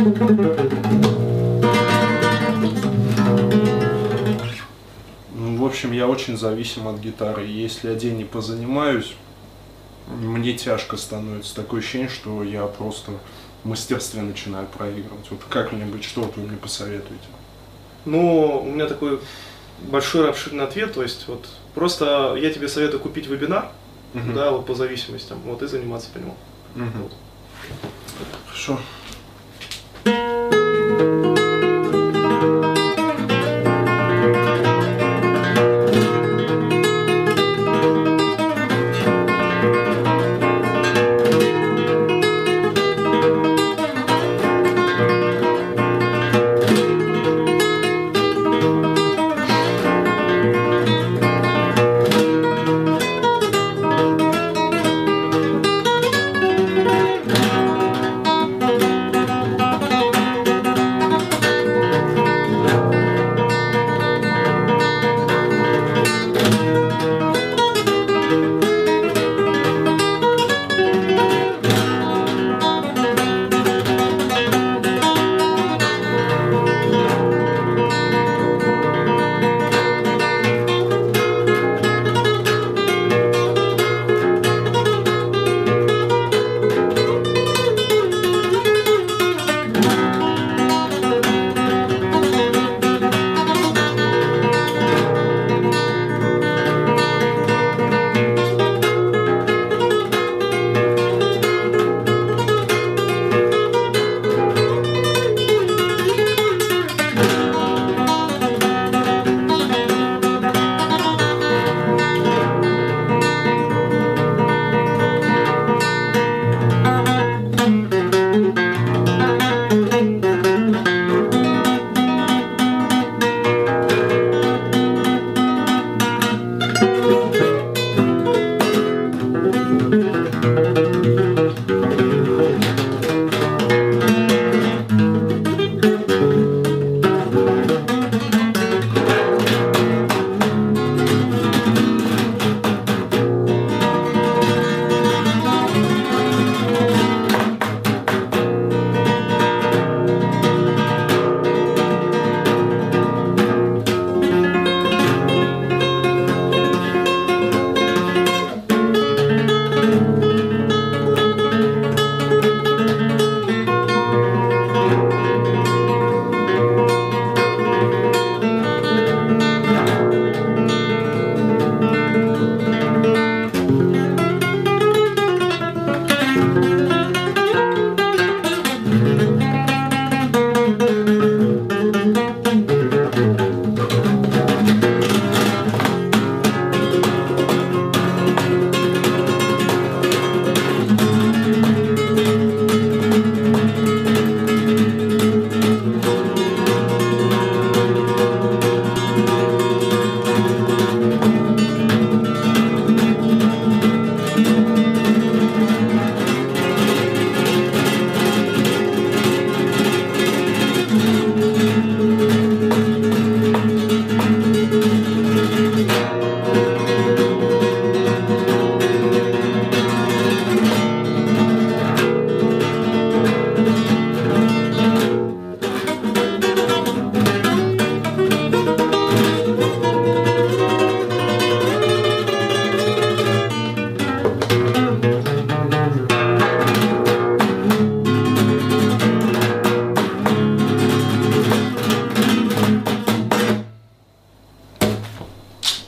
В общем, я очень зависим от гитары. Если я день не позанимаюсь, мне тяжко становится. Такое ощущение, что я просто в мастерстве начинаю проигрывать. Вот как мне быть, что вот вы мне посоветуете? Ну, у меня такой большой обширный ответ, то есть вот просто я тебе советую купить вебинар, да, вот по зависимостям, вот и заниматься по нему. Вот. Хорошо.